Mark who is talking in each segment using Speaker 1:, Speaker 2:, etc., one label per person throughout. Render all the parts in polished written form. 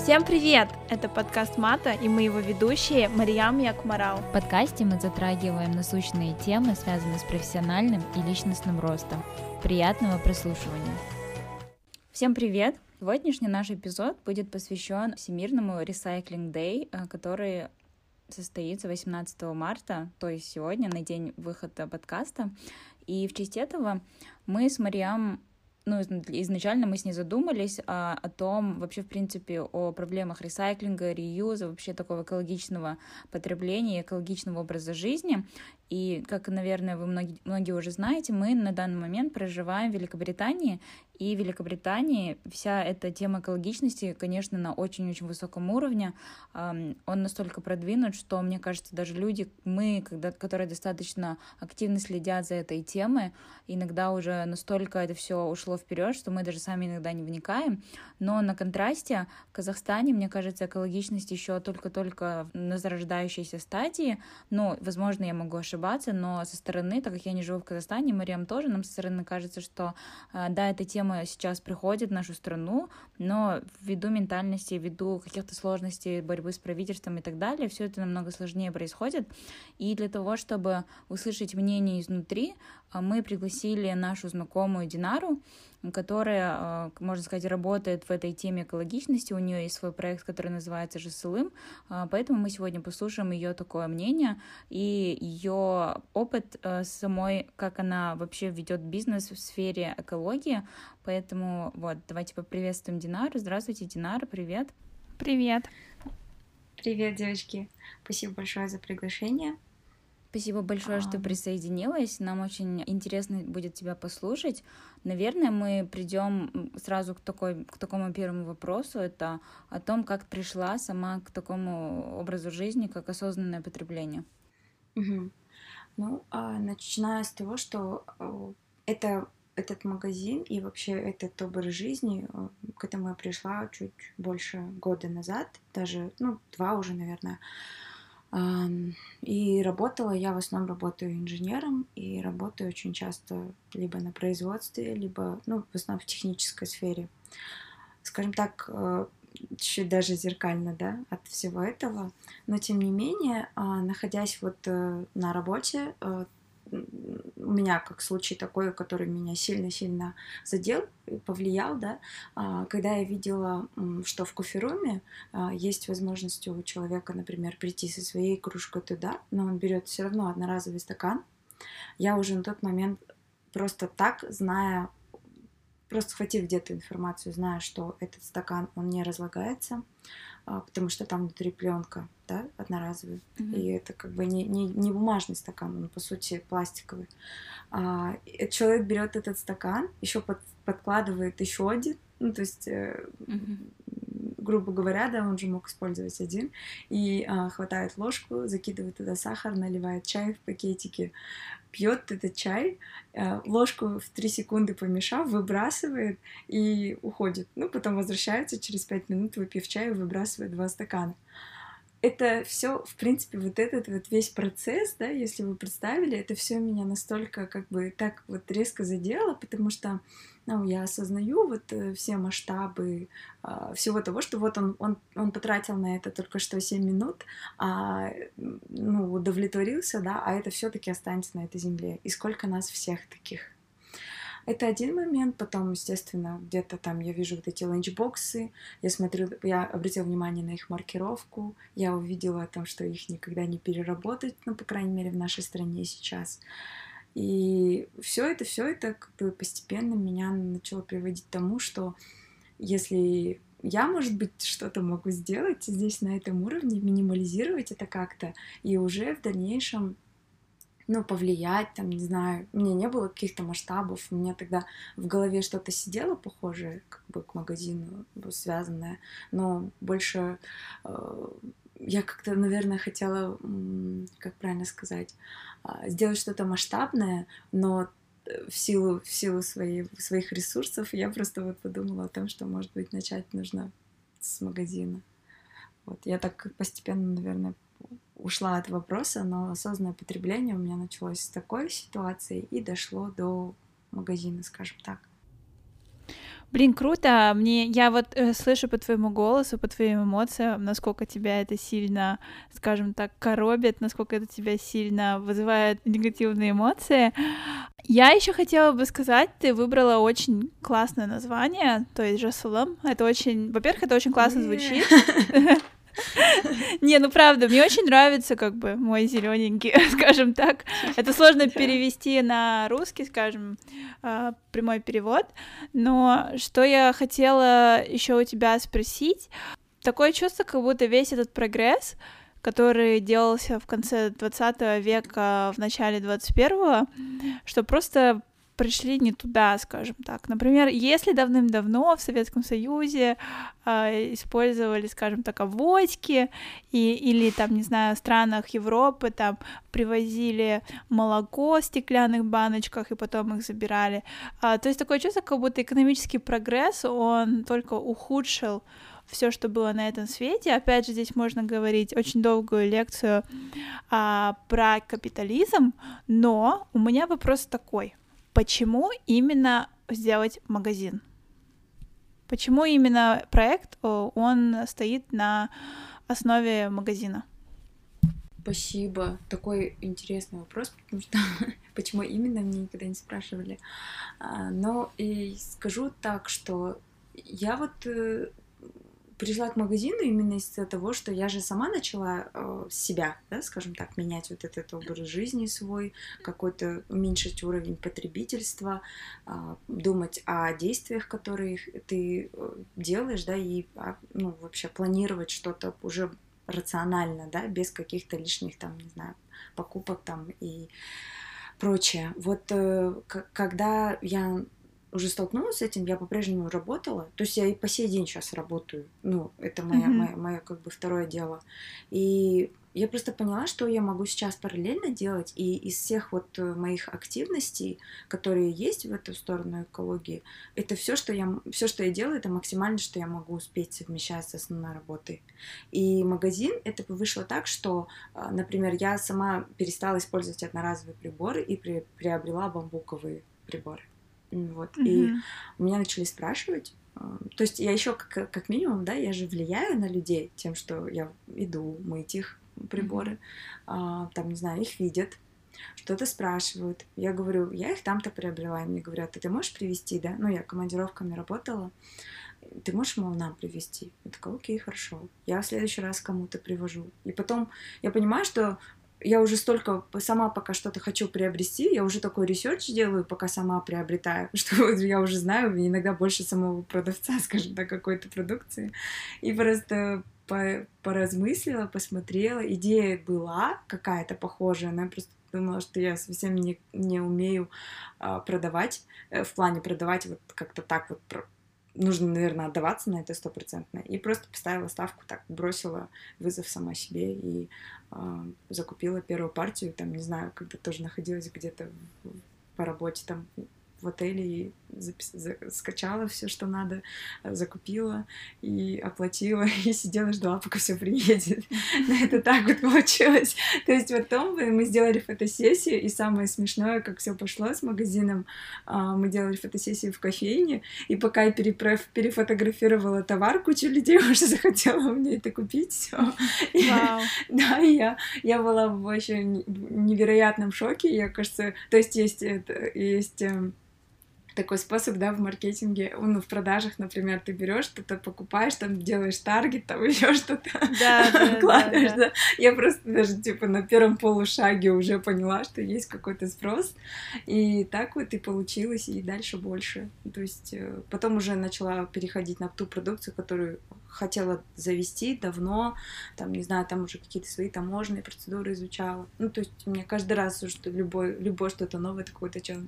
Speaker 1: Всем привет! Это подкаст Мата, и мы его ведущие Мариам и Акмарал.
Speaker 2: В подкасте мы затрагиваем насущные темы, связанные с профессиональным и личностным ростом. Приятного прослушивания! Всем привет! Сегодняшний наш эпизод будет посвящен Всемирному Recycling Day, который состоится 18 марта, то есть сегодня, на день выхода подкаста. И в честь этого мы с Мариам изначально мы с ней задумались о том, вообще, в принципе, о проблемах ресайклинга, реюза, вообще такого экологичного потребления, экологичного образа жизни. И, как, наверное, вы многие уже знаете, мы на данный момент проживаем в Великобритании, и в Великобритании вся эта тема экологичности, конечно, на очень-очень высоком уровне. Он настолько продвинут, что, мне кажется, даже люди, которые достаточно активно следят за этой темой, иногда уже настолько это все ушло вперед, что мы даже сами иногда не вникаем. Но на контрасте в Казахстане, мне кажется, экологичность еще только-только на зарождающейся стадии. Ну, возможно, я могу ошибаться, но со стороны, так как я не живу в Казахстане, Мариам тоже, нам со стороны кажется, что да, эта тема сейчас приходит в нашу страну, но ввиду ментальности, ввиду каких-то сложностей борьбы с правительством и так далее, все это намного сложнее происходит. И для того, чтобы услышать мнение изнутри, мы пригласили нашу знакомую Динару, которая, можно сказать, работает в этой теме экологичности. У нее есть свой проект, который называется «Жасылым», поэтому мы сегодня послушаем ее такое мнение и ее опыт самой, как она вообще ведет бизнес в сфере экологии. Поэтому вот, давайте поприветствуем Динару. Здравствуйте, Динара, привет.
Speaker 1: Привет.
Speaker 3: Привет, девочки. Спасибо большое за приглашение.
Speaker 2: Спасибо большое, что присоединилась. Нам очень интересно будет тебя послушать. Наверное, мы придем сразу к такому первому вопросу. Это о том, как пришла сама к такому образу жизни, как осознанное потребление.
Speaker 3: Угу. Начиная с того, что этот магазин и вообще этот образ жизни, к этому я пришла чуть больше года назад, даже, 2 уже, наверное. И я в основном работаю инженером, и работаю очень часто либо на производстве, либо, в основном в технической сфере. Скажем так, чуть даже зеркально, да, от всего этого. Но, тем не менее, находясь на работе, у меня как случай такой, который меня сильно-сильно задел, повлиял, да, когда я видела, что в коферуме есть возможность у человека, например, прийти со своей кружкой туда, но он берет все равно одноразовый стакан. Я уже на тот момент просто схватив где-то информацию, зная, что этот стакан, он не разлагается, потому что там внутри пленка, да, одноразовый. Mm-hmm. И это как бы не бумажный стакан, он по сути пластиковый. Человек берет этот стакан, еще подкладывает еще один, то есть, грубо говоря, да, он же мог использовать один, и хватает ложку, закидывает туда сахар, наливает чай в пакетике, пьет этот чай, ложку в 3 секунды помешав, выбрасывает и уходит. Потом возвращается через 5 минут, выпив чай, выбрасывает 2 стакана. Это все, в принципе, этот весь процесс, да, если вы представили, это все меня настолько так резко задело, потому что, я осознаю все масштабы всего того, что он потратил на это только что 7 минут, удовлетворился, да, а это все-таки останется на этой земле. И сколько нас всех таких. Это один момент, потом, естественно, где-то там я вижу эти ланчбоксы, я обратила внимание на их маркировку, я увидела о том, что их никогда не переработать, по крайней мере, в нашей стране сейчас. И все это постепенно меня начало приводить к тому, что если я, может быть, что-то могу сделать здесь на этом уровне, минимализировать это как-то, и уже в дальнейшем повлиять, не знаю, у меня не было каких-то масштабов, у меня тогда в голове что-то сидело похожее, к магазину связанное, но больше я как-то, наверное, хотела, как правильно сказать, сделать что-то масштабное, но в силу своих ресурсов я просто подумала о том, что, может быть, начать нужно с магазина. Я так постепенно, наверное, ушла от вопроса, но осознанное потребление у меня началось с такой ситуации и дошло до магазина, скажем так.
Speaker 1: Блин, круто. Я вот слышу по твоему голосу, по твоим эмоциям, насколько тебя это сильно, скажем так, коробит, насколько это тебя сильно вызывает негативные эмоции. Я еще хотела бы сказать, ты выбрала очень классное название, то есть Жасулам. Это очень, во-первых, это очень классно звучит. Не, ну правда, мне очень нравится как бы мой зелененький, скажем так. Это сложно перевести на русский, скажем, прямой перевод. Но что я хотела еще у тебя спросить, такое чувство, как будто весь этот прогресс, который делался в конце 20 века, в начале 21-го, что просто пришли не туда, скажем так. Например, если давным-давно в Советском Союзе использовали, скажем так, авоськи, или там, не знаю, в странах Европы там привозили молоко в стеклянных баночках и потом их забирали. То есть такое чувство, как будто экономический прогресс, он только ухудшил все, что было на этом свете. Опять же, здесь можно говорить очень долгую лекцию про капитализм, но у меня вопрос такой. Почему именно сделать магазин? Почему именно проект, он стоит на основе магазина?
Speaker 3: Спасибо. Такой интересный вопрос, потому что почему именно, мне никогда не спрашивали. Но и скажу так, что я вот пришла к магазину именно из-за того, что я же сама начала себя, да, скажем так, менять вот этот образ жизни свой, какой-то уменьшить уровень потребительства, думать о действиях, которые ты делаешь, да, и ну, вообще планировать что-то уже рационально, да, без каких-то лишних там, не знаю, покупок там и прочее. Вот когда я уже столкнулась с этим, я по-прежнему работала, то есть я и по сей день сейчас работаю, ну, это мое как бы второе дело, и я просто поняла, что я могу сейчас параллельно делать, и из всех вот моих активностей, которые есть в эту сторону экологии, это все, что я делаю, это максимально, что я могу успеть совмещать с основной работой. И магазин, это вышло так, что, например, я сама перестала использовать одноразовые приборы и приобрела бамбуковые приборы. Вот. И у меня начали спрашивать, то есть я еще как минимум, да, я же влияю на людей тем, что я иду мыть их приборы, там, не знаю, их видят, что-то спрашивают. Я говорю, я их там-то приобрела, и мне говорят, ты можешь привезти, да? Ну, я командировками работала, ты можешь, мол, нам привезти? Я такая, окей, хорошо. Я в следующий раз кому-то привожу. И потом я понимаю, что я уже столько сама пока что-то хочу приобрести, я уже такой ресерч делаю, пока сама приобретаю, что я уже знаю иногда больше самого продавца, скажем так, какой-то продукции. И просто поразмыслила, посмотрела, идея была какая-то похожая, но я просто думала, что я совсем не умею продавать, в плане продавать вот как-то так вот. Нужно, наверное, отдаваться на это 100%. И просто поставила ставку, так, бросила вызов сама себе и закупила первую партию, там, не знаю, когда тоже находилась где-то по работе там в отеле и скачала все, что надо, закупила и оплатила, и сидела, ждала, пока все приедет. Но это так вот получилось. То есть потом мы сделали фотосессию, и самое смешное, как все пошло с магазином, мы делали фотосессию в кофейне, и пока я перефотографировала товар, куча людей уже захотела у меня это купить, все. Да, и я была в вообще невероятном шоке, я, кажется, то есть есть такой способ, да, в маркетинге, ну, в продажах, например, ты берешь что-то, покупаешь, там делаешь таргет, там еще что-то, вкладываешь, да. Я просто даже, типа, на первом полушаге уже поняла, что есть какой-то спрос, и так вот и получилось, и дальше больше. То есть потом уже начала переходить на ту продукцию, которую хотела завести давно, там, не знаю, там уже какие-то свои таможенные процедуры изучала. Ну, то есть мне каждый раз, что любое что-то новое, это какой-то челлендж.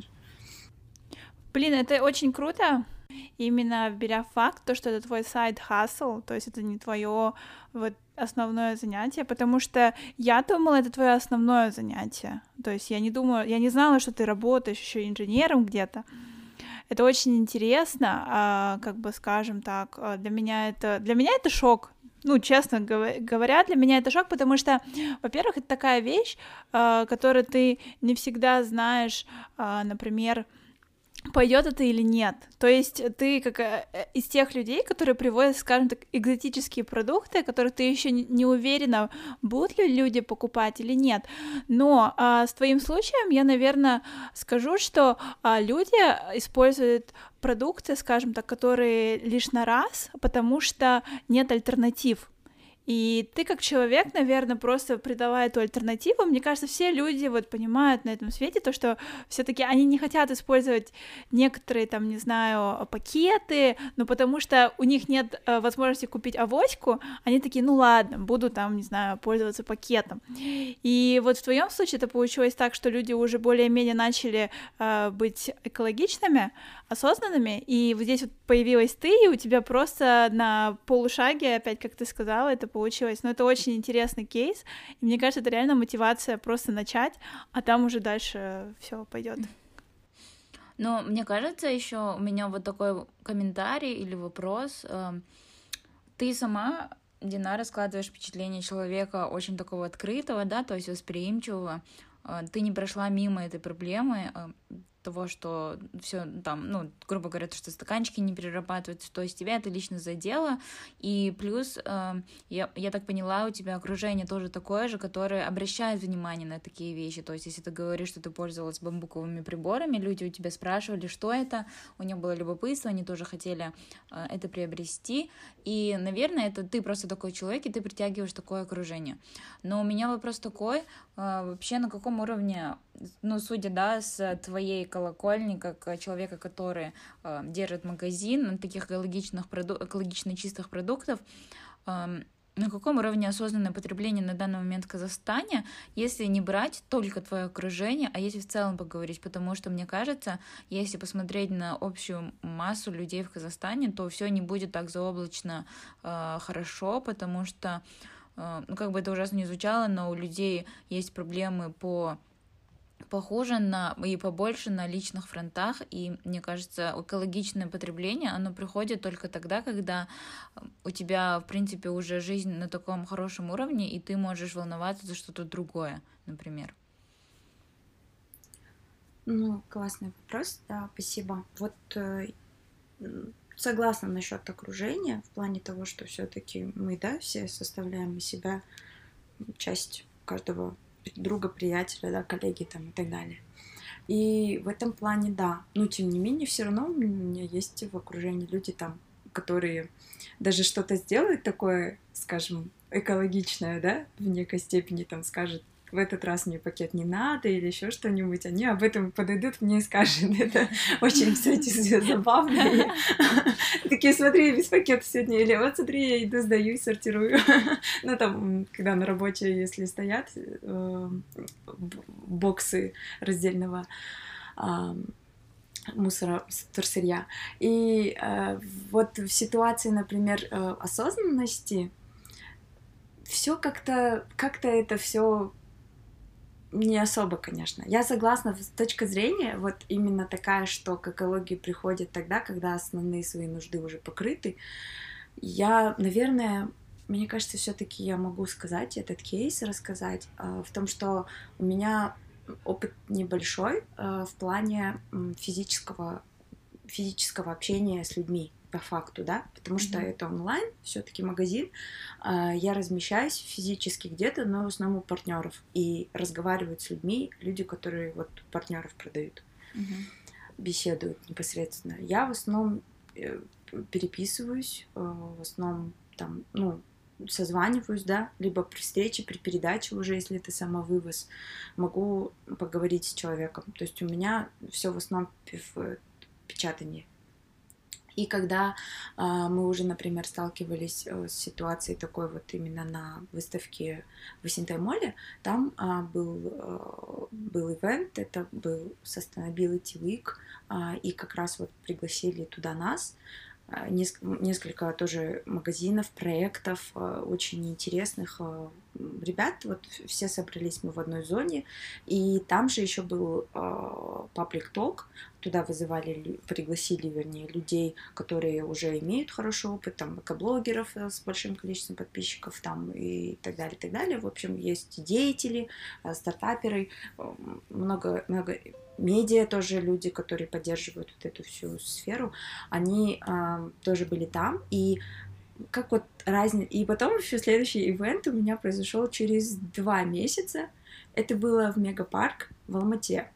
Speaker 1: Блин, это очень круто, именно беря факт, то, что это твой сайд-хасл, то есть это не твое вот основное занятие, потому что я думала, это твое основное занятие, то есть я не знала, что ты работаешь еще инженером где-то. Это очень интересно, как бы, скажем так, для меня это шок. Ну, честно говоря, для меня это шок, потому что, во-первых, это такая вещь, которую ты не всегда знаешь, например, пойдет это или нет. То есть ты как из тех людей, которые приводят, скажем так, экзотические продукты, которые ты еще не уверена, будут ли люди покупать или нет. Но с твоим случаем я, наверное, скажу, что люди используют продукты, скажем так, которые лишь на раз, потому что нет альтернатив. И ты как человек, наверное, просто придавая эту альтернативу. Мне кажется, все люди вот понимают на этом свете то, что все-таки они не хотят использовать некоторые там, не знаю, пакеты, но потому что у них нет возможности купить авоську, они такие, ну ладно, буду там, не знаю, пользоваться пакетом. И вот в твоем случае это получилось так, что люди уже более-менее начали быть экологичными, осознанными, и вот здесь вот появилась ты, и у тебя просто на полушаге, опять, как ты сказала, это получилось. Но это очень интересный кейс, и мне кажется, это реально мотивация просто начать, а там уже дальше все пойдет.
Speaker 2: Но мне кажется, еще у меня вот такой комментарий или вопрос. Ты сама, Динара, складываешь впечатление человека очень такого открытого, да, то есть восприимчивого. Ты не прошла мимо этой проблемы, того, что все там, ну, грубо говоря, то, что стаканчики не перерабатываются, то есть тебя это лично задело, и плюс, я так поняла, у тебя окружение тоже такое же, которое обращает внимание на такие вещи, то есть если ты говоришь, что ты пользовалась бамбуковыми приборами, люди у тебя спрашивали, что это, у них было любопытство, они тоже хотели это приобрести, и, наверное, это ты просто такой человек, и ты притягиваешь такое окружение. Но у меня вопрос такой, вообще на каком уровне, ну, судя, да, с твоей колокольни, как человека, который держит магазин таких экологично чистых продуктов, на каком уровне осознанное потребление на данный момент в Казахстане, если не брать только твое окружение, а если в целом поговорить, потому что, мне кажется, если посмотреть на общую массу людей в Казахстане, то все не будет так заоблачно хорошо, потому что, ну, как бы это ужасно не звучало, но у людей есть проблемы похоже и побольше на личных фронтах, и, мне кажется, экологичное потребление, оно приходит только тогда, когда у тебя, в принципе, уже жизнь на таком хорошем уровне, и ты можешь волноваться за что-то другое, например.
Speaker 3: Ну, классный вопрос, да, спасибо. Вот согласна насчет окружения, в плане того, что все-таки мы, да, все составляем из себя часть каждого друга, приятеля, да, коллеги там и так далее. И в этом плане, да. Но, тем не менее, все равно у меня есть в окружении люди там, которые даже что-то сделают такое, скажем, экологичное, да, в некой степени там скажут, в этот раз мне пакет не надо или еще что-нибудь, они об этом подойдут мне и скажут. Это очень, кстати, забавно. Такие, смотри, без пакета сегодня, или вот смотри, я иду, сдаю и сортирую. Ну, там, когда на работе, если стоят боксы раздельного мусора, вторсырья. И вот в ситуации, например, осознанности, все как-то это все не особо, конечно. Я согласна, с точки зрения вот именно такая, что к экологии приходит тогда, когда основные свои нужды уже покрыты. Я, наверное, мне кажется, все-таки я могу сказать этот кейс, рассказать в том, что у меня опыт небольшой в плане физического общения с людьми по факту, да, потому что это онлайн, все-таки магазин, я размещаюсь физически где-то, но в основном у партнеров и разговаривают с людьми, люди, которые вот партнеров продают, беседуют непосредственно. Я в основном переписываюсь, в основном там, ну, созваниваюсь, да, либо при встрече, при передаче уже, если это самовывоз, могу поговорить с человеком. То есть у меня все в основном в печатании. И когда мы уже, например, сталкивались с ситуацией такой вот именно на выставке в Исинтай-моле, там был ивент, это был Sustainability Week, и как раз вот пригласили туда нас, несколько тоже магазинов, проектов, очень интересных ребят, вот все собрались мы в одной зоне, и там же еще был public talk, туда пригласили, вернее, людей, которые уже имеют хороший опыт, там, экоблогеров с большим количеством подписчиков, там, и так далее, в общем, есть деятели, стартаперы, много медиа тоже люди, которые поддерживают вот эту всю сферу, они тоже были там, и как вот разница. И потом еще следующий ивент у меня произошел через 2 месяца. Это было в Мегапарк в Алмате.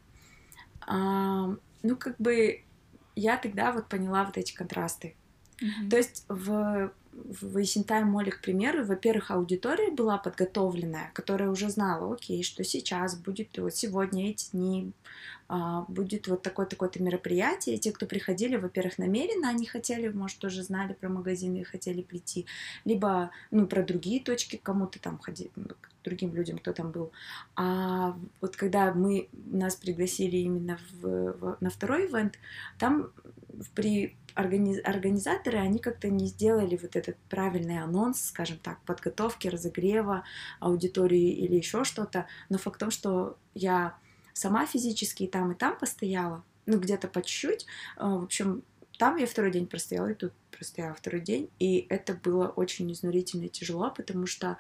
Speaker 3: Ну, как бы я тогда вот поняла вот эти контрасты. То есть в Есентай Моле, к примеру, во-первых, аудитория была подготовленная, которая уже знала, окей, что сейчас будет вот сегодня эти дни, будет вот такое-то мероприятие. И те, кто приходили, во-первых, намеренно они хотели, может, тоже знали про магазины и хотели прийти, либо, ну, про другие точки, кому-то там ходили, другим людям, кто там был. А вот когда нас пригласили именно на второй ивент, там организаторы, они как-то не сделали вот этот правильный анонс, скажем так, подготовки, разогрева аудитории или еще что-то. Но факт в том, что я сама физически и там постояла, ну, где-то по чуть-чуть. В общем, там я второй день простояла, и тут простояла второй день, и это было очень изнурительно и тяжело, потому что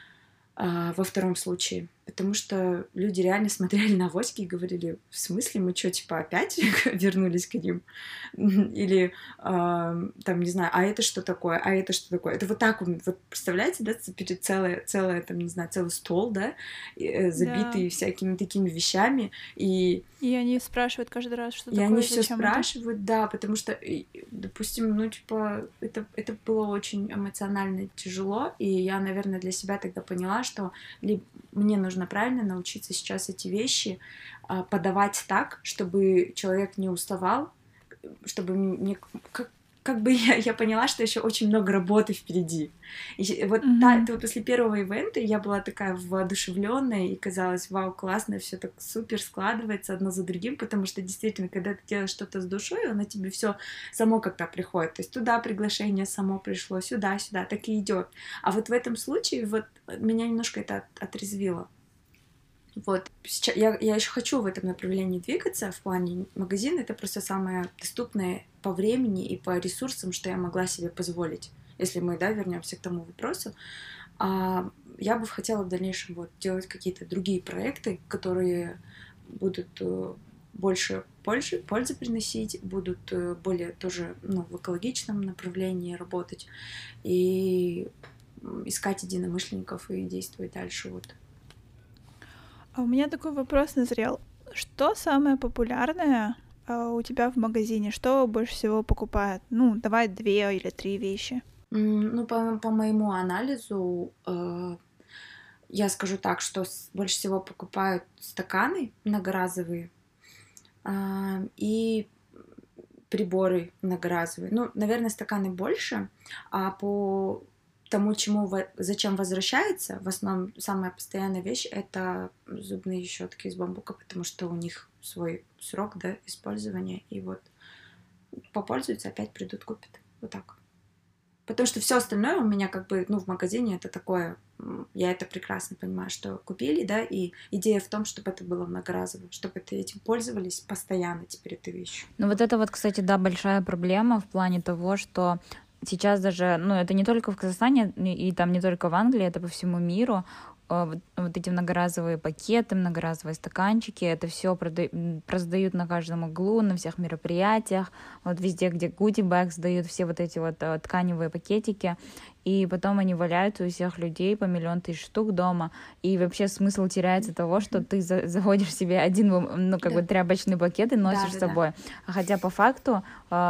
Speaker 3: во втором случае, потому что люди реально смотрели на авоськи и говорили, в смысле, мы что, типа, опять вернулись к ним? Или, там, не знаю, а это что такое? А это что такое? Это вот так вот, представляете, да, перед целое, там, не знаю, целый стол, да, забитый всякими такими вещами, и
Speaker 1: они спрашивают каждый раз, что такое,
Speaker 3: и они все
Speaker 1: зачем
Speaker 3: спрашивают, это? Да, потому что, допустим, ну, типа, это было очень эмоционально тяжело, и я, наверное, для себя тогда поняла, что мне нужно правильно научиться сейчас эти вещи подавать так, чтобы человек не уставал, чтобы мне как бы я поняла, что еще очень много работы впереди. И вот после первого ивента я была такая воодушевленная и казалось, вау, классно, все так супер складывается одно за другим, потому что действительно, когда ты делаешь что-то с душой, оно тебе все само как-то приходит. То есть туда приглашение само пришло, сюда, так и идет. А вот в этом случае вот меня немножко это отрезвило. Вот. Сейчас я еще хочу в этом направлении двигаться, в плане магазина. Это просто самое доступное по времени и по ресурсам, что я могла себе позволить. Если мы, да, вернемся к тому вопросу. Я бы хотела в дальнейшем вот делать какие-то другие проекты, которые будут больше пользы приносить, будут более тоже в экологичном направлении работать и искать единомышленников и действовать дальше вот.
Speaker 1: А у меня такой вопрос назрел. Что самое популярное у тебя в магазине? Что больше всего покупают? Ну, давай 2 или 3 вещи.
Speaker 3: Ну, по моему анализу, я скажу так, что больше всего покупают стаканы многоразовые и приборы многоразовые. Ну, наверное, стаканы больше, а по тому, зачем возвращается, в основном самая постоянная вещь — это зубные щетки из бамбука, потому что у них свой срок, да, использования, и вот попользуются, опять придут, купят. Вот так. Потому что все остальное у меня как бы, в магазине это такое, я это прекрасно понимаю, что купили, да, и идея в том, чтобы это было многоразово, чтобы этим пользовались постоянно теперь этой вещью.
Speaker 2: Ну вот это вот, кстати, да, большая проблема в плане того, что сейчас даже, это не только в Казахстане и там не только в Англии, это по всему миру, вот эти многоразовые пакеты, многоразовые стаканчики, это все продают на каждом углу, на всех мероприятиях, вот везде, где goodie bags дают, все вот эти вот тканевые пакетики, и потом они валяются у всех людей по 1 000 000 штук дома, и вообще смысл теряется того, что ты заводишь себе один, тряпочный пакет и носишь с собой. Хотя по факту,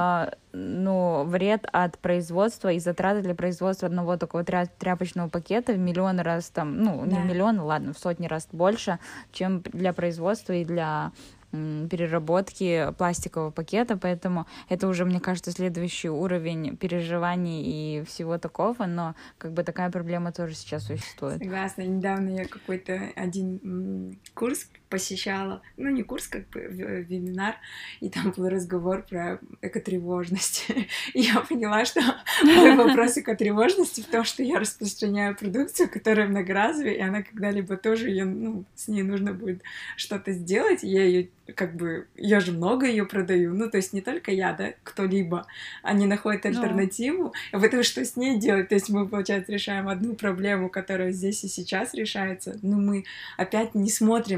Speaker 2: вред от производства и затраты для производства одного такого тряпочного пакета в миллион раз там, не в миллион, ладно, в сотни раз больше, чем для производства и для переработки пластикового пакета, поэтому это уже, мне кажется, следующий уровень переживаний и всего такого, но как бы такая проблема тоже сейчас существует.
Speaker 3: Согласна. Недавно я какой-то один курс посещала, не курс, как бы вебинар, и там был разговор про экотревожность. И я поняла, что мой вопрос экотревожности в том, что я распространяю продукцию, которая многоразовая, и она когда-либо тоже ее, с ней нужно будет что-то сделать, и я ее я же много ее продаю, то есть не только я, да, кто-либо, они находят альтернативу, а в этом что с ней делать? То есть мы, получается, решаем одну проблему, которая здесь и сейчас решается, но мы опять не смотрим, мы совершенно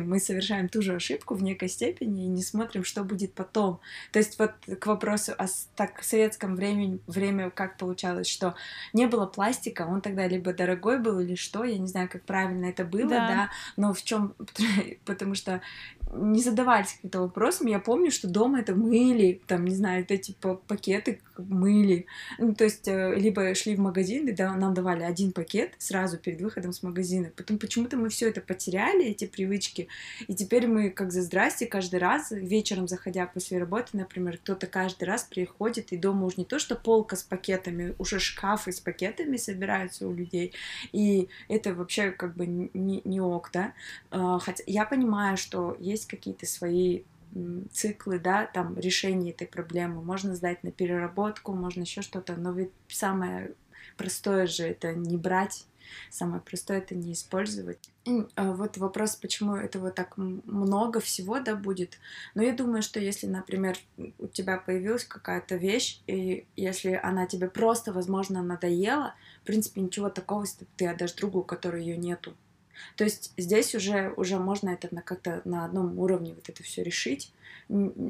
Speaker 3: совершаем ту же ошибку в некой степени и не смотрим, что будет потом. То есть вот к вопросу о так, советском время как получалось, что не было пластика, он тогда либо дорогой был или что, я не знаю, как правильно это было, да, но в чем, потому что не задавались каким-то вопросом. Я помню, что дома это мыли, там, не знаю, эти пакеты мыли. Ну, то есть, либо шли в магазин, и нам давали один пакет сразу перед выходом с магазина. Потом почему-то мы все это потеряли, эти привычки, и теперь мы, как за здрасте, каждый раз, вечером заходя после работы, например, кто-то каждый раз приходит, и дома уже не то, что полка с пакетами, уже шкафы с пакетами собираются у людей, и это вообще как бы не ок, да. Хотя я понимаю, что есть какие-то свои циклы, да, там, решения этой проблемы. Можно сдать на переработку, можно еще что-то, но ведь самое простое же это не брать, самое простое это не использовать. Вот вопрос, почему этого так много всего, да, будет. Но я думаю, что если, например, у тебя появилась какая-то вещь, и если она тебе просто, возможно, надоела, в принципе, ничего такого, если ты отдашь другу, у которой ее нету. То есть здесь уже можно это как-то на одном уровне вот это все решить и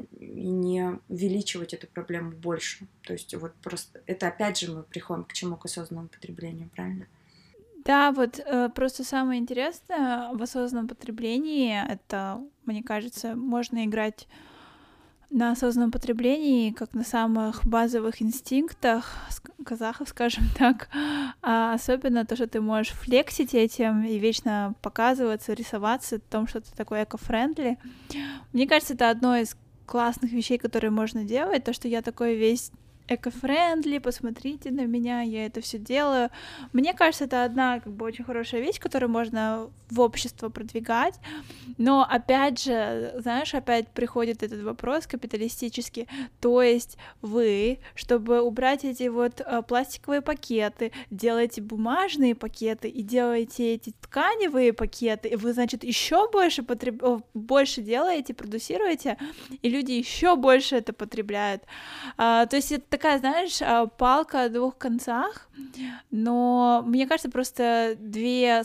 Speaker 3: не увеличивать эту проблему больше. То есть вот просто это опять же мы приходим к чему? К осознанному потреблению, правильно?
Speaker 1: Да, вот просто самое интересное в осознанном потреблении, это, мне кажется, можно играть на осознанном потреблении, как на самых базовых инстинктах казахов, скажем так, особенно то, что ты можешь флексить этим и вечно показываться, рисоваться, о том, что ты такой эко-френдли. Мне кажется, это одно из классных вещей, которые можно делать, то, что я такой весь эко-френдли, посмотрите на меня, я это все делаю. Мне кажется, это одна как бы очень хорошая вещь, которую можно в общество продвигать, но опять же, знаешь, опять приходит этот вопрос капиталистический, то есть вы, чтобы убрать эти вот пластиковые пакеты, делаете бумажные пакеты и делаете эти тканевые пакеты, и вы, значит, еще больше делаете, продуцируете, и люди еще больше это потребляют. То есть это такая, знаешь, палка о двух концах, но мне кажется, просто две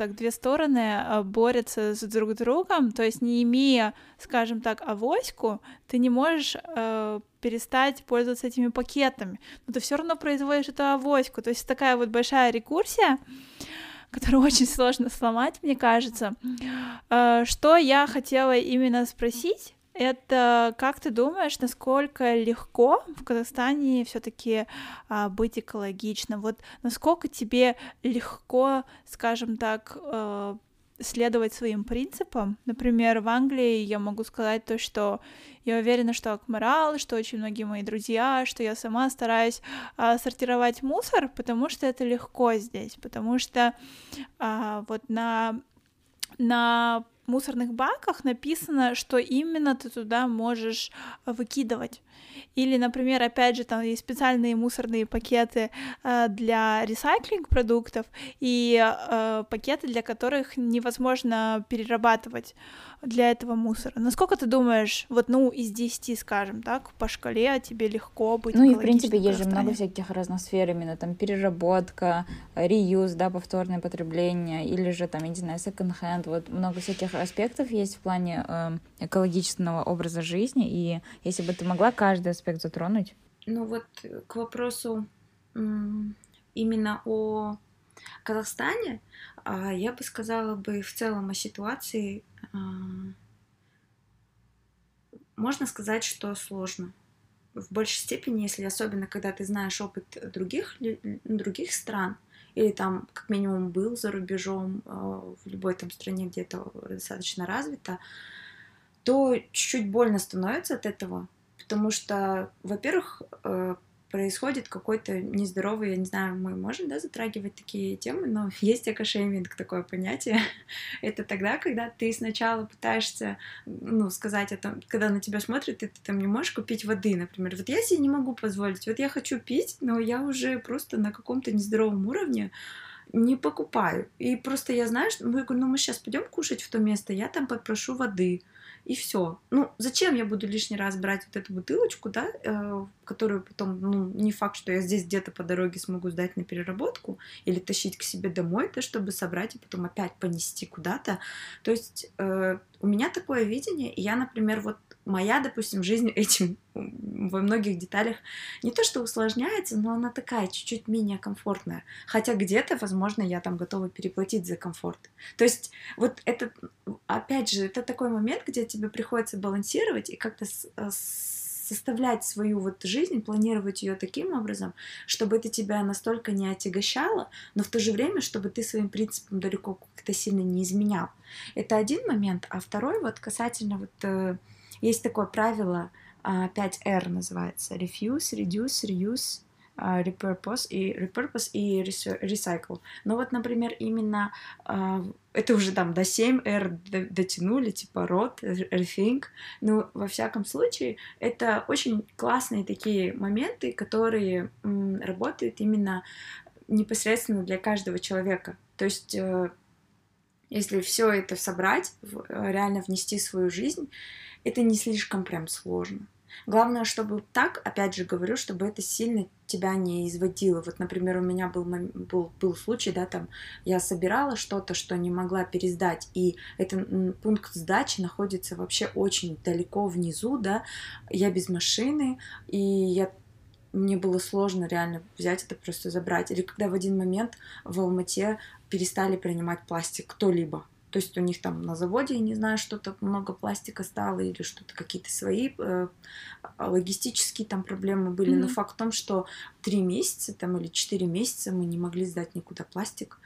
Speaker 1: стороны борются с друг другом, то есть не имея, скажем так, авоську, ты не можешь перестать пользоваться этими пакетами, но ты все равно производишь эту авоську, то есть такая вот большая рекурсия, которую очень сложно сломать, мне кажется. Что я хотела именно спросить, это как ты думаешь, насколько легко в Казахстане все-таки быть экологичным? Вот насколько тебе легко, скажем так, следовать своим принципам? Например, в Англии я могу сказать то, что я уверена, что Акмарал, что очень многие мои друзья, что я сама стараюсь сортировать мусор, потому что это легко здесь, потому что вот на мусорных баках написано, что именно ты туда можешь выкидывать. Или, например, опять же, там есть специальные мусорные пакеты для ресайклинг продуктов и пакеты, для которых невозможно перерабатывать для этого мусора. Насколько ты думаешь, вот, из 10, скажем так, по шкале тебе легко быть экологичным?
Speaker 2: И, в принципе, есть же много всяких разных сфер, именно там переработка, реюз, да, повторное потребление, или же там, я не знаю, секонд-хенд, вот много всяких аспектов есть в плане экологичного образа жизни, и если бы ты могла каждый аспект затронуть.
Speaker 3: Ну вот к вопросу именно о Казахстане, я бы сказала бы в целом о ситуации, можно сказать, что сложно. В большей степени, если особенно, когда ты знаешь опыт других стран, или там как минимум был за рубежом, в любой там стране, где это достаточно развито, то чуть-чуть больно становится от этого, потому что, во-первых, происходит какой-то нездоровый, я не знаю, мы можем, да, затрагивать такие темы, но есть экошейминг, такое понятие. Это тогда, когда ты сначала пытаешься, сказать о том, когда на тебя смотрят, и ты там не можешь купить воды, например. Вот я себе не могу позволить, вот я хочу пить, но я уже просто на каком-то нездоровом уровне не покупаю. И просто я знаю, что мы сейчас пойдем кушать в то место, я там попрошу воды. и все. Ну, зачем я буду лишний раз брать вот эту бутылочку, да, которую потом, ну, не факт, что я здесь где-то по дороге смогу сдать на переработку или тащить к себе домой, да, чтобы собрать и потом опять понести куда-то. То есть у меня такое видение, и я, например, вот моя, допустим, жизнь этим во многих деталях не то что усложняется, но она такая чуть-чуть менее комфортная. Хотя где-то, возможно, я там готова переплатить за комфорт. То есть вот это, опять же, это такой момент, где тебе приходится балансировать и как-то составлять свою вот жизнь, планировать ее таким образом, чтобы это тебя настолько не отягощало, но в то же время, чтобы ты своим принципам далеко как-то сильно не изменял. Это один момент. А второй вот касательно вот... Есть такое правило, 5R называется, refuse, reduce, reuse, repurpose и recycle. Но вот, например, именно это уже там до 7R дотянули, типа rot, rethink. Но во всяком случае, это очень классные такие моменты, которые работают именно непосредственно для каждого человека. То есть если все это собрать, реально внести в свою жизнь, это не слишком прям сложно. Главное, чтобы так, опять же говорю, чтобы это сильно тебя не изводило. Вот, например, у меня был случай, да, там, я собирала что-то, что не могла пересдать, и этот пункт сдачи находится вообще очень далеко внизу, да, я без машины, и мне было сложно реально взять это, просто забрать. Или когда в один момент в Алмате перестали принимать пластик кто-либо. То есть у них там на заводе, я не знаю, что-то много пластика стало или что-то, какие-то свои логистические там проблемы были. Но факт в том, что 3 месяца там, или 4 месяца мы не могли сдать никуда пластик.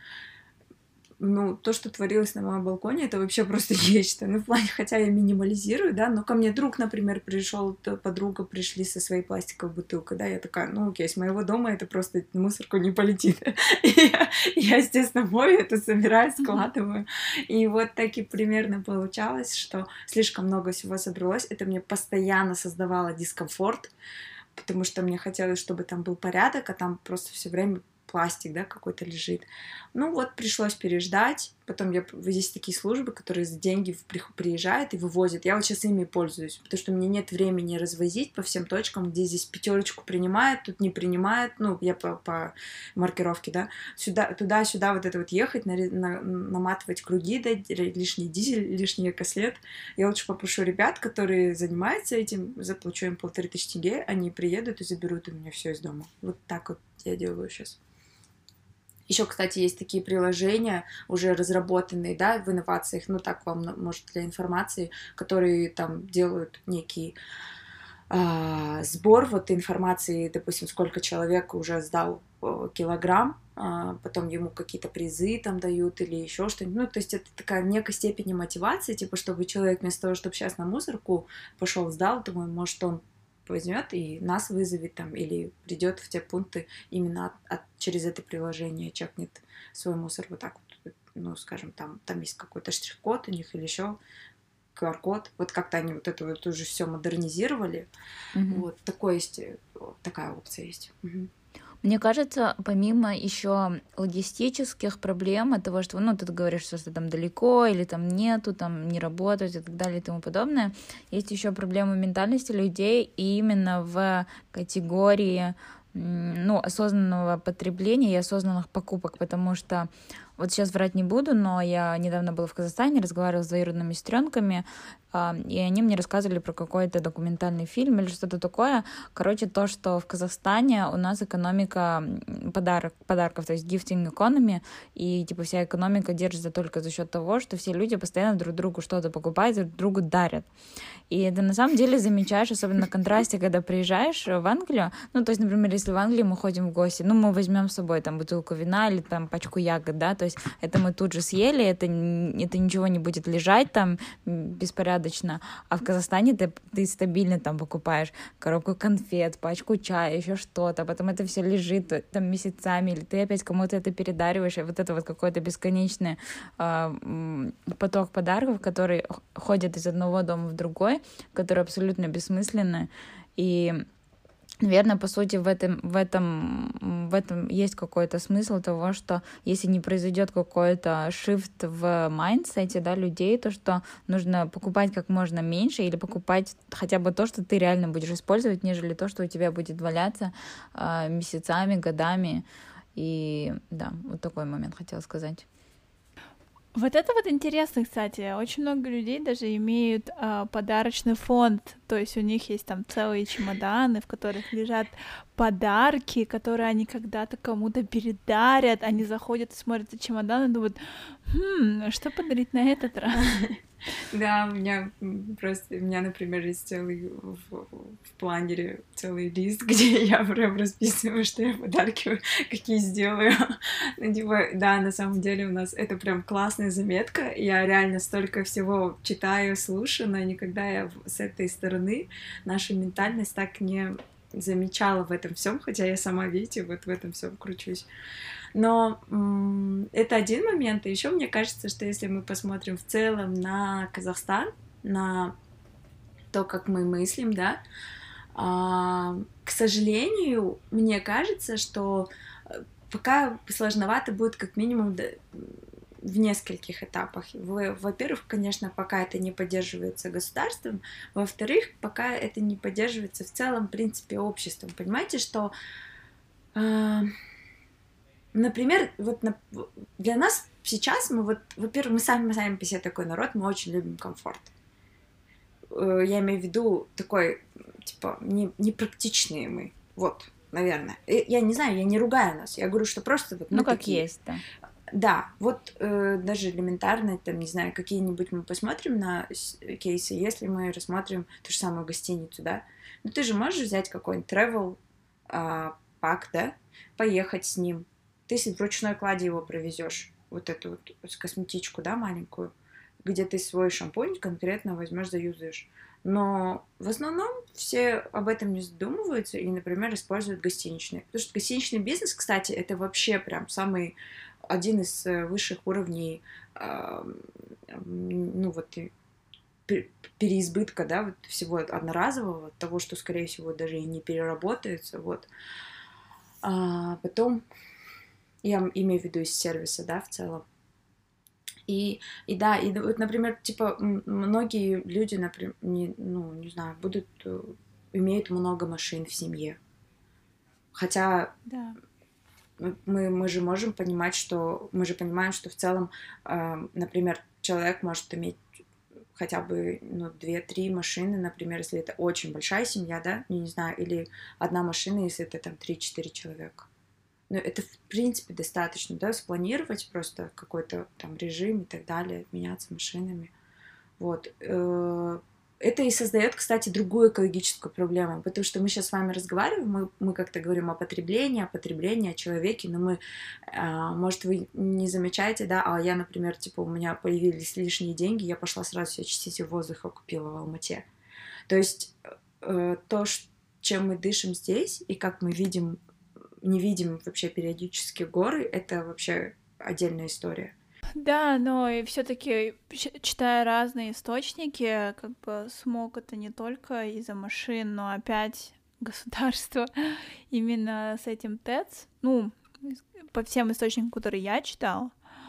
Speaker 3: Ну, то, что творилось на моем балконе, это вообще просто нечто. Ну, в плане, хотя я минимализирую, да, но ко мне друг, например, пришел, подруга пришли со своей пластиковой бутылкой, да, я такая, ну, окей, с моего дома это просто в мусорку не полетит. Я, естественно, мою это, собираю, складываю. И вот так и примерно получалось, что слишком много всего собралось. Это мне постоянно создавало дискомфорт, потому что мне хотелось, чтобы там был порядок, а там просто все время пластик, да, какой-то лежит. Ну вот, пришлось переждать. Потом есть такие службы, которые за деньги приезжают и вывозят. Я вот сейчас ими пользуюсь, потому что у меня нет времени развозить по всем точкам, где здесь 5 принимают, тут не принимают. Ну, я по маркировке, да. Туда-сюда вот это вот ехать, наматывать круги, да, лишний дизель, лишний экослед. Я лучше попрошу ребят, которые занимаются этим, заплачу им 1500 тенге, они приедут и заберут у меня все из дома. Вот так вот я делаю сейчас. Еще, кстати, есть такие приложения, уже разработанные, да, в инновациях, ну так вам, может, для информации, которые там делают некий сбор вот информации, допустим, сколько человек уже сдал килограмм, потом ему какие-то призы там дают или еще что-нибудь. Ну, то есть это такая в некой степени мотивация, типа, чтобы человек вместо того, чтобы сейчас на мусорку пошел, сдал, думаю, может, он возьмет и нас вызовет там, или придет в те пункты именно через это приложение, чекнет свой мусор вот так вот, ну, скажем, там есть какой-то штрих-код у них или еще QR-код, вот как-то они вот это вот уже все модернизировали, вот такая опция есть.
Speaker 2: Мне кажется, помимо еще логистических проблем от того, что, ну, ты говоришь, что там далеко или там нету, там не работают и так далее и тому подобное, есть еще проблема ментальности людей и именно в категории, ну, осознанного потребления и осознанных покупок, потому что вот сейчас врать не буду, но я недавно была в Казахстане, разговаривала с двоюродными сестренками, и они мне рассказывали про какой-то документальный фильм или что-то такое. Короче, то, что в Казахстане у нас экономика подарков, то есть gifting economy, и типа вся экономика держится только за счет того, что все люди постоянно друг другу что-то покупают, друг другу дарят. И ты на самом деле замечаешь, особенно на контрасте, когда приезжаешь в Англию, ну, то есть, например, если в Англии мы ходим в гости, ну, мы возьмем с собой там бутылку вина или там пачку ягод, да, то есть это мы тут же съели, это ничего не будет лежать там беспорядочно, а в Казахстане ты стабильно там покупаешь коробку конфет, пачку чая, еще что-то, потом это все лежит там месяцами, или ты опять кому-то это передариваешь, и вот это вот какой-то бесконечный поток подарков, которые ходят из одного дома в другой, которые абсолютно бессмысленны, и наверное, по сути, в в этом есть какой-то смысл того, что если не произойдет какой-то shift в майндсете, да, людей, то что нужно покупать как можно меньше или покупать хотя бы то, что ты реально будешь использовать, нежели то, что у тебя будет валяться месяцами, годами. И да, вот такой момент хотела сказать.
Speaker 1: Вот это вот интересно, кстати. Очень много людей даже имеют подарочный фонд, то есть у них есть там целые чемоданы, в которых лежат подарки, которые они когда-то кому-то передарят. Они заходят и смотрят эти чемоданы и думают, что подарить на этот раз?
Speaker 3: Да, у меня, например, есть целый в планере целый лист, где я прям расписываю, что я подарки какие сделаю. Ну, типа, да, на самом деле у нас это прям классная заметка. Я реально столько всего читаю, слушаю, но никогда я с этой стороны нашу ментальность так не замечала в этом всем, хотя я сама, видите, вот в этом всем кручусь. Но это один момент, и еще мне кажется, что если мы посмотрим в целом на Казахстан, на то, как мы мыслим, да, к сожалению, мне кажется, что пока сложновато будет как минимум в нескольких этапах. Во-первых, конечно, пока это не поддерживается государством, во-вторых, пока это не поддерживается в целом, в принципе, обществом. Понимаете, что... Например, вот для нас сейчас во-первых, мы сами по себе такой народ, мы очень любим комфорт. Я имею в виду такой, типа, непрактичные мы, вот, наверное. Я не знаю, я не ругаю нас, я говорю, что просто вот мы
Speaker 2: как
Speaker 3: такие.
Speaker 2: есть, да.
Speaker 3: Да, вот даже элементарно, там, не знаю, какие-нибудь мы посмотрим на кейсы, если мы рассмотрим ту же самую гостиницу, да, ну ты же можешь взять какой-нибудь travel пак, да, поехать с ним. Ты в ручной кладе его провезешь, вот эту вот косметичку, да, маленькую, где ты свой шампунь конкретно возьмешь, заюзаешь. Но в основном все об этом не задумываются и, например, используют гостиничные. Потому что гостиничный бизнес, кстати, это вообще прям самый один из высших уровней, ну вот, переизбытка, да, вот всего одноразового, того, что, скорее всего, даже и не переработается, вот. Потом я имею в виду из сервиса, да, в целом. И да, и вот, например, типа, многие люди, например, не знаю, имеют много машин в семье. Хотя
Speaker 1: да.
Speaker 3: мы же можем понимать, что... Мы же понимаем, что в целом, например, человек может иметь хотя бы 2-3 машины, например, если это очень большая семья, да, не знаю, или одна машина, если это там 3-4 человека. Но это, в принципе, достаточно, да, спланировать просто какой-то там режим и так далее, меняться машинами. Вот. Это и создает, кстати, другую экологическую проблему, потому что мы сейчас с вами разговариваем, мы как-то говорим о потреблении, о человеке, но мы, может, вы не замечаете, да, а я, например, типа, у меня появились лишние деньги, я пошла сразу себе очиститель воздуха купила в Алмате. То есть то, чем мы дышим здесь, и как мы не видим вообще периодически горы, это вообще отдельная история.
Speaker 1: Да, но и все-таки, читая разные источники, как бы смог это не только из-за машин, но опять государство именно с этим ТЭЦ, ну, по всем источникам, которые я читала.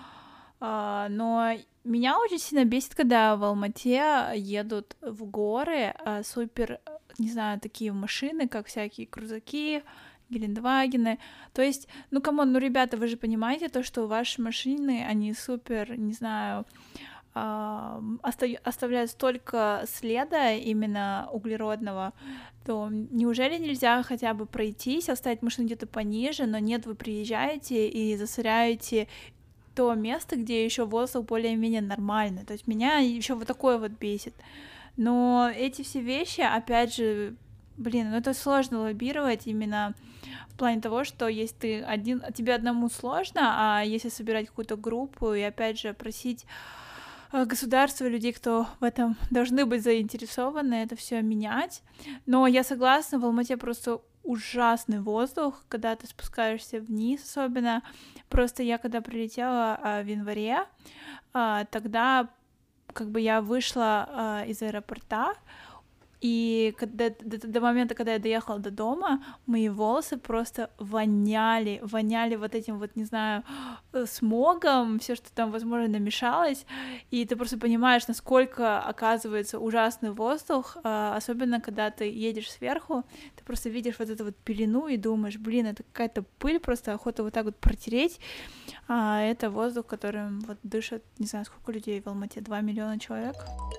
Speaker 1: Но меня очень сильно бесит, когда в Алмате едут в горы супер, не знаю, такие машины, как всякие крузаки, Гелендвагены. То есть, ну, камон, ну, ребята, вы же понимаете то, что ваши машины, они супер, не знаю, оставляют столько следа именно углеродного, то неужели нельзя хотя бы пройтись, оставить машину где-то пониже, но нет, вы приезжаете и засоряете то место, где еще воздух более-менее нормальный. То есть меня еще вот такое вот бесит. Но эти все вещи, опять же, блин, ну это сложно лоббировать именно в плане того, что если ты один, тебе одному сложно, а если собирать какую-то группу и опять же просить государство, людей, кто в этом должны быть заинтересованы, это все менять. Но я согласна, в Алмате просто ужасный воздух, когда ты спускаешься вниз, особенно. Просто я когда прилетела в январе, тогда как бы я вышла из аэропорта, И до момента, когда я доехала до дома, мои волосы просто воняли вот этим вот, не знаю, смогом, все, что там, возможно, намешалось, и ты просто понимаешь, насколько оказывается ужасный воздух, особенно когда ты едешь сверху, ты просто видишь вот эту вот пелену и думаешь, блин, это какая-то пыль, просто охота вот так вот протереть, а это воздух, которым вот дышат, не знаю, сколько людей в Алмате, 2 миллиона человек.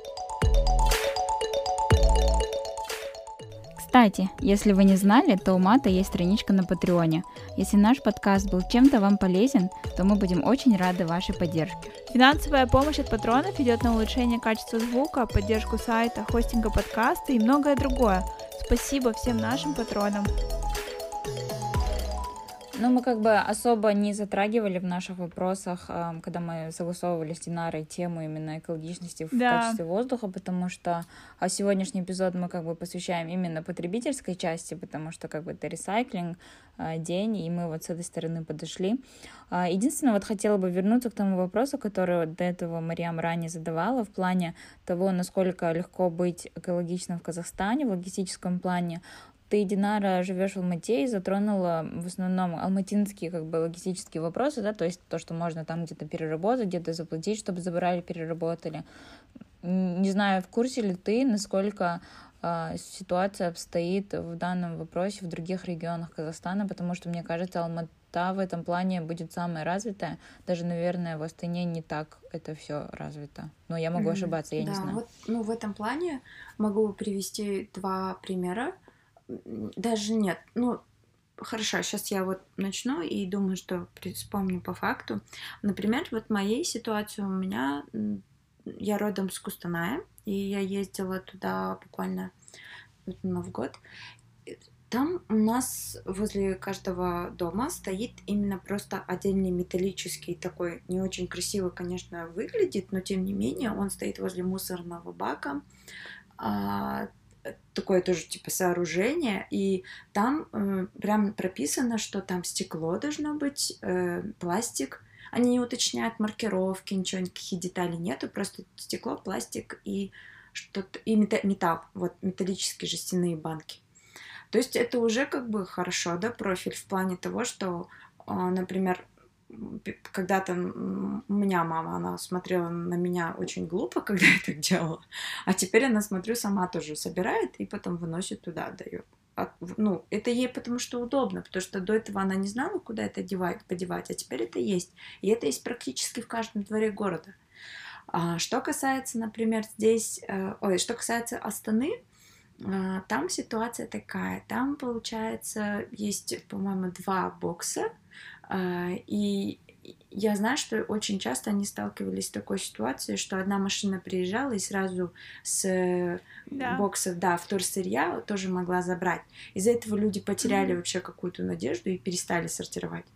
Speaker 2: Кстати, если вы не знали, то у Мата есть страничка на Патреоне. Если наш подкаст был чем-то вам полезен, то мы будем очень рады вашей поддержке.
Speaker 1: Финансовая помощь от патронов идет на улучшение качества звука, поддержку сайта, хостинга подкаста и многое другое. Спасибо всем нашим патронам.
Speaker 2: Ну, мы как бы особо не затрагивали в наших вопросах, когда мы согласовывали с Динарой тему именно экологичности в качестве воздуха, потому что сегодняшний эпизод мы как бы посвящаем именно потребительской части, потому что как бы это ресайклинг, день, и мы вот с этой стороны подошли. Единственное, вот хотела бы вернуться к тому вопросу, который до этого Мариам ранее задавала, в плане того, насколько легко быть экологичным в Казахстане в логистическом плане. Ты, Динара, живешь в Алмате и затронула в основном алматинские как бы логистические вопросы, да, то есть то, что можно там где-то переработать, где-то заплатить, чтобы забрали, переработали. Не знаю, в курсе ли ты, насколько ситуация обстоит в данном вопросе в других регионах Казахстана, потому что, мне кажется, Алмата в этом плане будет самая развитая. Даже, наверное, в Астане не так это все развито. Но я могу ошибаться, я не знаю.
Speaker 3: Вот, ну, в этом плане могу привести 2 примера. Даже нет, ну, хорошо, сейчас я вот начну и думаю, что вспомню по факту. Например, вот моей ситуации у меня, я родом с Кустаная, и я ездила туда буквально на Новый год. Там у нас возле каждого дома стоит именно просто отдельный металлический такой, не очень красиво, конечно, выглядит, но тем не менее он стоит возле мусорного бака, такое тоже типа сооружение, и там прям прописано, что там стекло должно быть, пластик. Они не уточняют маркировки, ничего, никаких деталей нету, просто стекло, пластик и что-то, и металл, вот металлические жестяные банки. То есть это уже как бы хорошо, да, профиль в плане того, что, например, когда-то у меня мама, она смотрела на меня очень глупо, когда я так делала, а теперь она, смотрю, сама тоже собирает и потом выносит туда, отдает. Ну, это ей потому что удобно, потому что до этого она не знала, куда это подевать, а теперь это есть. И это есть практически в каждом дворе города. Что касается, например, что касается Астаны, там ситуация такая. Там, получается, есть, по-моему, 2 бокса, и я знаю, что очень часто они сталкивались с такой ситуацией, что одна машина приезжала и сразу с боксов, вторсырья тоже могла забрать. Из-за этого люди потеряли вообще какую-то надежду и перестали сортировать.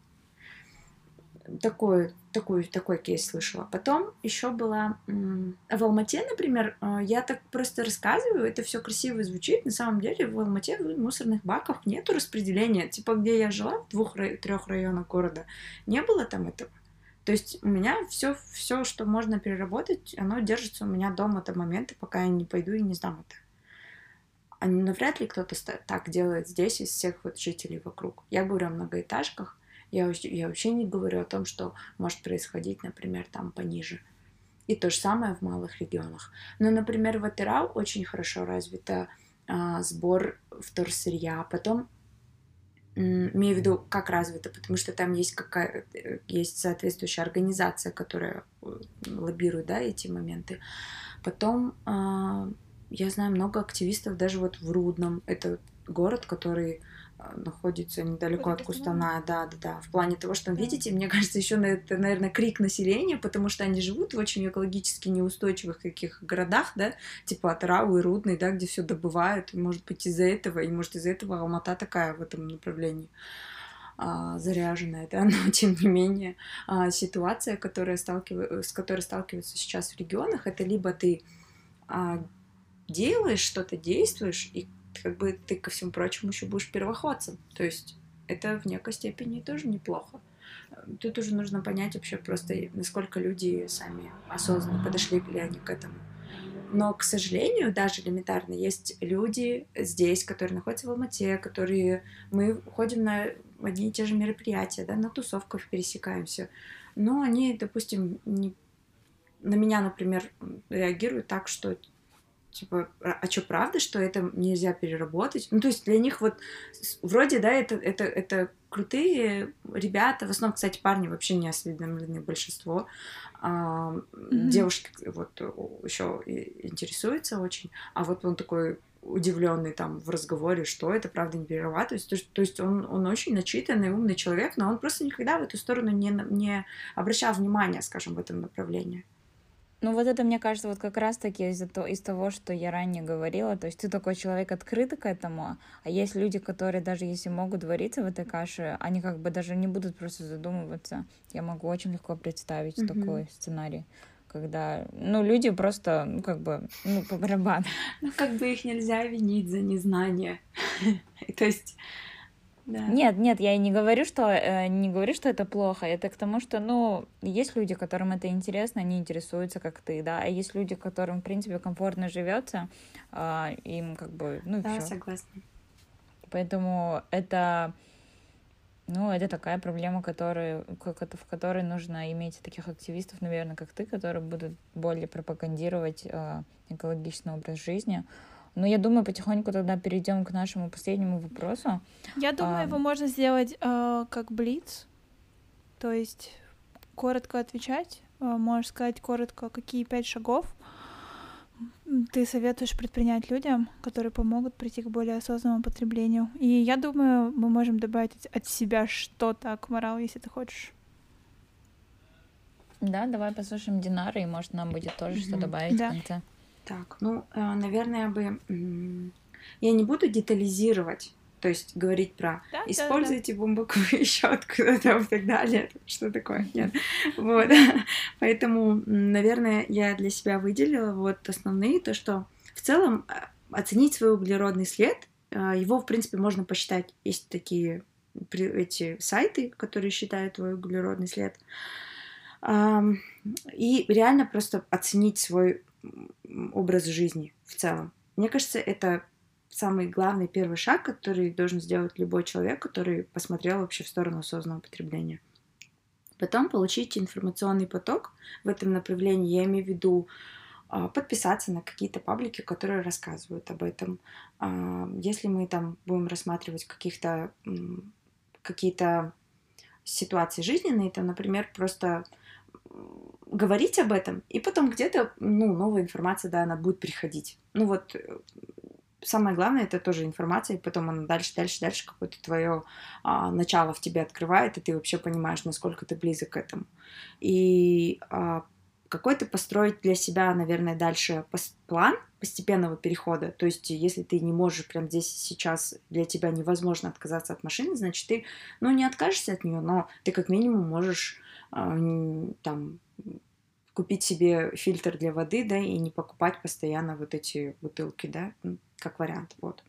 Speaker 3: Такой кейс слышала. Потом еще была в Алмате, например, я так просто рассказываю, это все красиво звучит, на самом деле в Алмате в мусорных баках нету распределения, типа где я жила, в 2-3 районах города, не было там этого. То есть у меня все, что можно переработать, оно держится у меня дома до момента, пока я не пойду и не сдам это. Навряд ли кто-то так делает здесь из всех вот жителей вокруг. Я говорю о многоэтажках. Я вообще не говорю о том, что может происходить, например, там пониже. И то же самое в малых регионах. Но, например, в Атырау очень хорошо развито сбор вторсырья. Потом, имею в виду, как развито, потому что там есть соответствующая организация, которая лоббирует, да, эти моменты. Потом, я знаю много активистов даже вот в Рудном. Это город, который находится недалеко от Кустаная, да, в плане того, что, видите, мне кажется, еще это, наверное, крик населения, потому что они живут в очень экологически неустойчивых каких городах, да, типа Атырау и Рудный, да, где все добывают, и, может быть, из-за этого Алмата такая в этом направлении заряженная, да, но, тем не менее, ситуация, с которой сталкиваются сейчас в регионах, это либо ты делаешь что-то, действуешь, и как бы ты, ко всему прочему, еще будешь первоходцем. То есть это в некой степени тоже неплохо. Тут уже нужно понять вообще просто, насколько люди сами осознанно подошли ли они к этому. Но, к сожалению, даже элементарно, есть люди здесь, которые находятся в Алмате, которые... Мы ходим на одни и те же мероприятия, да, на тусовках пересекаемся. Но они, допустим, на меня, например, реагируют так, что типа, а что, правда, что это нельзя переработать? Ну, то есть для них вот вроде, да, это крутые ребята, в основном, кстати, парни вообще не осведомлены, большинство. Девушки вот еще интересуются очень, а вот он такой удивленный там в разговоре, что это правда не перерабатывается. То есть он очень начитанный, умный человек, но он просто никогда в эту сторону не обращал внимания, скажем, в этом направлении.
Speaker 2: Ну вот это, мне кажется, вот как раз-таки из того, что я ранее говорила, то есть ты такой человек открытый к этому, а есть люди, которые даже если могут вариться в этой каше, они как бы даже не будут просто задумываться. Я могу очень легко представить такой сценарий, когда, ну, люди просто, ну, как бы, ну, по барабану.
Speaker 3: Ну, как бы их нельзя винить за незнание. То есть... Да.
Speaker 2: Нет, я и не говорю, что это плохо. Это к тому, что, ну, есть люди, которым это интересно, они интересуются, как ты, да, а есть люди, которым, в принципе, комфортно живется, им как бы, ну,
Speaker 3: да,
Speaker 2: всё.
Speaker 3: Согласна.
Speaker 2: Поэтому это, ну, это такая проблема, в которой нужно иметь таких активистов, наверное, как ты, которые будут более пропагандировать экологичный образ жизни. Но я думаю, потихоньку тогда перейдем к нашему последнему вопросу.
Speaker 1: Я думаю, его можно сделать как блиц, то есть коротко отвечать. Можешь сказать коротко, какие 5 шагов ты советуешь предпринять людям, которые помогут прийти к более осознанному потреблению. И я думаю, мы можем добавить от себя что-то к моралу, если ты хочешь.
Speaker 2: Да, давай послушаем Динары, и, может, нам будет тоже что добавить в конце.
Speaker 3: Так, ну, наверное, я не буду детализировать, то есть говорить про используйте бамбуковую щетку и так далее, что такое, нет. Вот, поэтому, наверное, я для себя выделила вот основные, то, что в целом оценить свой углеродный след, его, в принципе, можно посчитать, есть такие эти сайты, которые считают твой углеродный след, и реально просто оценить свой образ жизни в целом. Мне кажется, это самый главный первый шаг, который должен сделать любой человек, который посмотрел вообще в сторону осознанного потребления. Потом получить информационный поток в этом направлении. Я имею в виду подписаться на какие-то паблики, которые рассказывают об этом. Если мы там будем рассматривать какие-то ситуации жизненные, то, например, просто говорить об этом, и потом где-то, ну, новая информация, да, она будет приходить. Ну вот, самое главное, это тоже информация, и потом она дальше какое-то твое начало в тебе открывает, и ты вообще понимаешь, насколько ты близок к этому. И какой-то построить для себя, наверное, дальше план постепенного перехода. То есть, если ты не можешь прямо здесь сейчас, для тебя невозможно отказаться от машины, значит, ты, ну, не откажешься от нее, но ты как минимум можешь там купить себе фильтр для воды, да, и не покупать постоянно вот эти бутылки, да, как вариант, вот.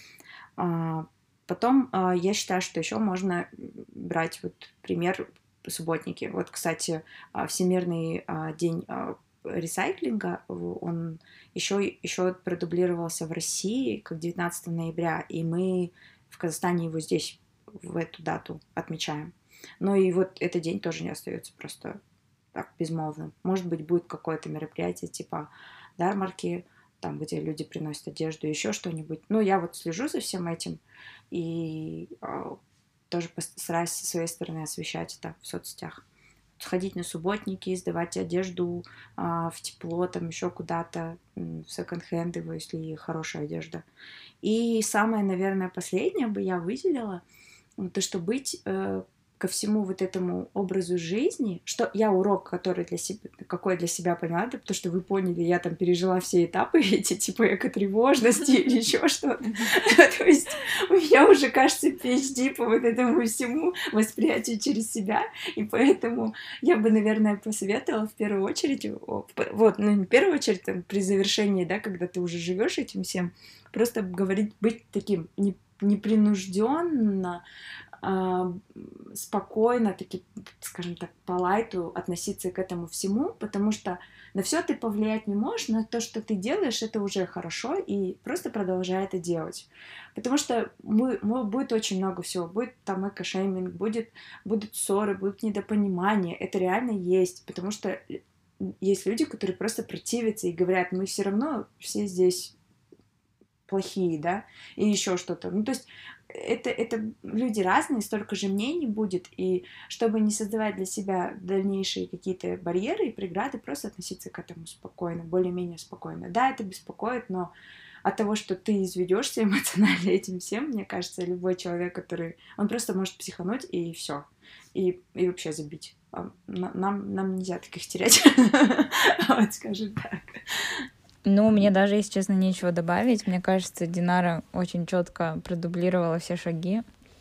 Speaker 3: Потом я считаю, что еще можно брать вот пример субботники. Вот, кстати, Всемирный день ресайклинга, он еще продублировался в России как 19 ноября, и мы в Казахстане его здесь в эту дату отмечаем. Но и вот этот день тоже не остается просто так безмолвным. Может быть, будет какое-то мероприятие типа ярмарки, там, где люди приносят одежду, еще что-нибудь. Ну, я вот слежу за всем этим и тоже постараюсь со своей стороны освещать это в соцсетях. Сходить на субботники, сдавать одежду в тепло, там еще куда-то, в секонд-хенд его, если хорошая одежда. И самое, наверное, последнее бы я выделила, то, что быть ко всему вот этому образу жизни, что я урок, который какой для себя поняла, да, потому что вы поняли, я там пережила все этапы эти, типа эко-тревожности или еще что-то. То есть у меня уже, кажется, PhD по вот этому всему восприятию через себя, и поэтому я бы, наверное, посоветовала в первую очередь, вот, ну не в первую очередь, там, при завершении, да, когда ты уже живешь этим всем, просто говорить, быть таким непринужденно, спокойно, таки, скажем так, по лайту относиться к этому всему, потому что на все ты повлиять не можешь, но то, что ты делаешь, это уже хорошо, и просто продолжай это делать. Потому что будет очень много всего. Будет там эко-шейминг, будут ссоры, будут недопонимания. Это реально есть, потому что есть люди, которые просто противятся и говорят, мы все равно все здесь плохие, да, и еще что-то. Ну, то есть это люди разные, столько же мнений будет, и чтобы не создавать для себя дальнейшие какие-то барьеры и преграды, просто относиться к этому спокойно, более-менее спокойно. Да, это беспокоит, но от того, что ты изведешься эмоционально этим всем, мне кажется, любой человек, он просто может психануть, и все, и вообще забить. Нам нельзя таких терять, вот скажем так.
Speaker 2: Ну, мне даже, если честно, нечего добавить. Мне кажется, Динара очень четко продублировала все шаги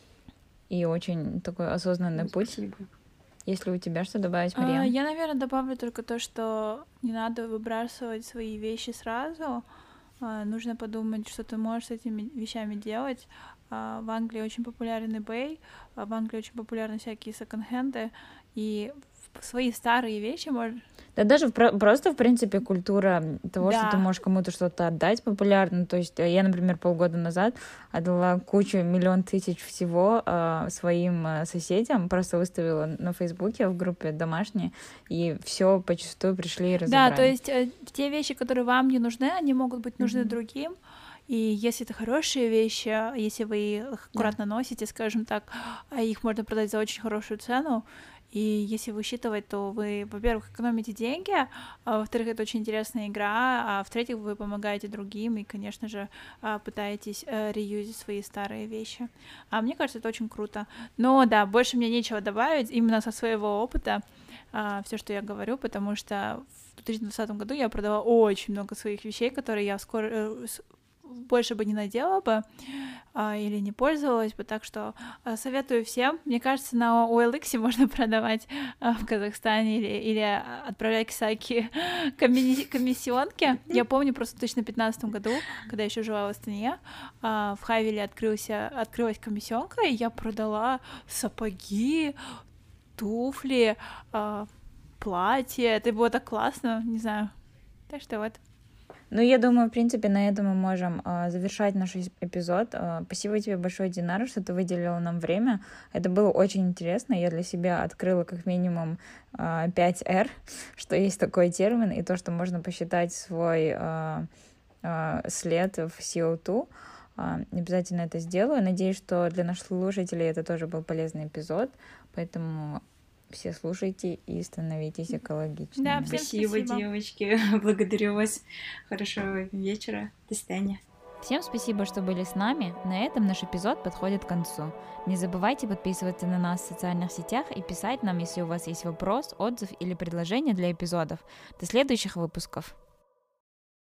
Speaker 2: и очень такой осознанный путь. Если у тебя что добавить, Марьям?
Speaker 1: Я, наверное, добавлю только то, что не надо выбрасывать свои вещи сразу. Нужно подумать, что ты можешь с этими вещами делать. В Англии очень популярен eBay, в Англии очень популярны всякие секонд-хенды, и свои старые вещи можно...
Speaker 2: Да даже просто, в принципе, культура того,
Speaker 1: Да.
Speaker 2: что ты можешь кому-то что-то отдать популярно. То есть я, например, полгода назад отдала кучу, 1 000 000 всего своим соседям, просто выставила на Фейсбуке в группе домашней, и все почастую пришли и разобрали.
Speaker 1: Да, то есть те вещи, которые вам не нужны, они могут быть нужны другим. И если это хорошие вещи, если вы их аккуратно носите, скажем так, их можно продать за очень хорошую цену. И если высчитывать, то вы, во-первых, экономите деньги, а во-вторых, это очень интересная игра, а в-третьих, вы помогаете другим и, конечно же, пытаетесь реюзить свои старые вещи. Мне кажется, это очень круто. Но да, больше мне нечего добавить именно со своего опыта, все, что я говорю, потому что в 2020 году я продала очень много своих вещей, которые я больше бы не надела бы или не пользовалась бы, так что советую всем. Мне кажется, на OLX можно продавать в Казахстане или отправлять кисайки комиссионки. Я помню просто в 2015 году, когда я еще жила в Астане, в Хавеле открылась комиссионка, и я продала сапоги, туфли, платье. Это было так классно, не знаю. Так что вот.
Speaker 2: Ну, я думаю, в принципе, на этом мы можем завершать наш эпизод. Спасибо тебе большое, Динара, что ты выделила нам время. Это было очень интересно. Я для себя открыла как минимум 5R, что есть такой термин, и то, что можно посчитать свой след в CO2. Обязательно это сделаю. Надеюсь, что для наших слушателей это тоже был полезный эпизод. Поэтому... все слушайте и становитесь экологичными.
Speaker 1: Да, всем
Speaker 3: спасибо, девочки. Благодарю вас. Хорошего вечера. До свидания.
Speaker 2: Всем спасибо, что были с нами. На этом наш эпизод подходит к концу. Не забывайте подписываться на нас в социальных сетях и писать нам, если у вас есть вопрос, отзыв или предложение для эпизодов. До следующих выпусков.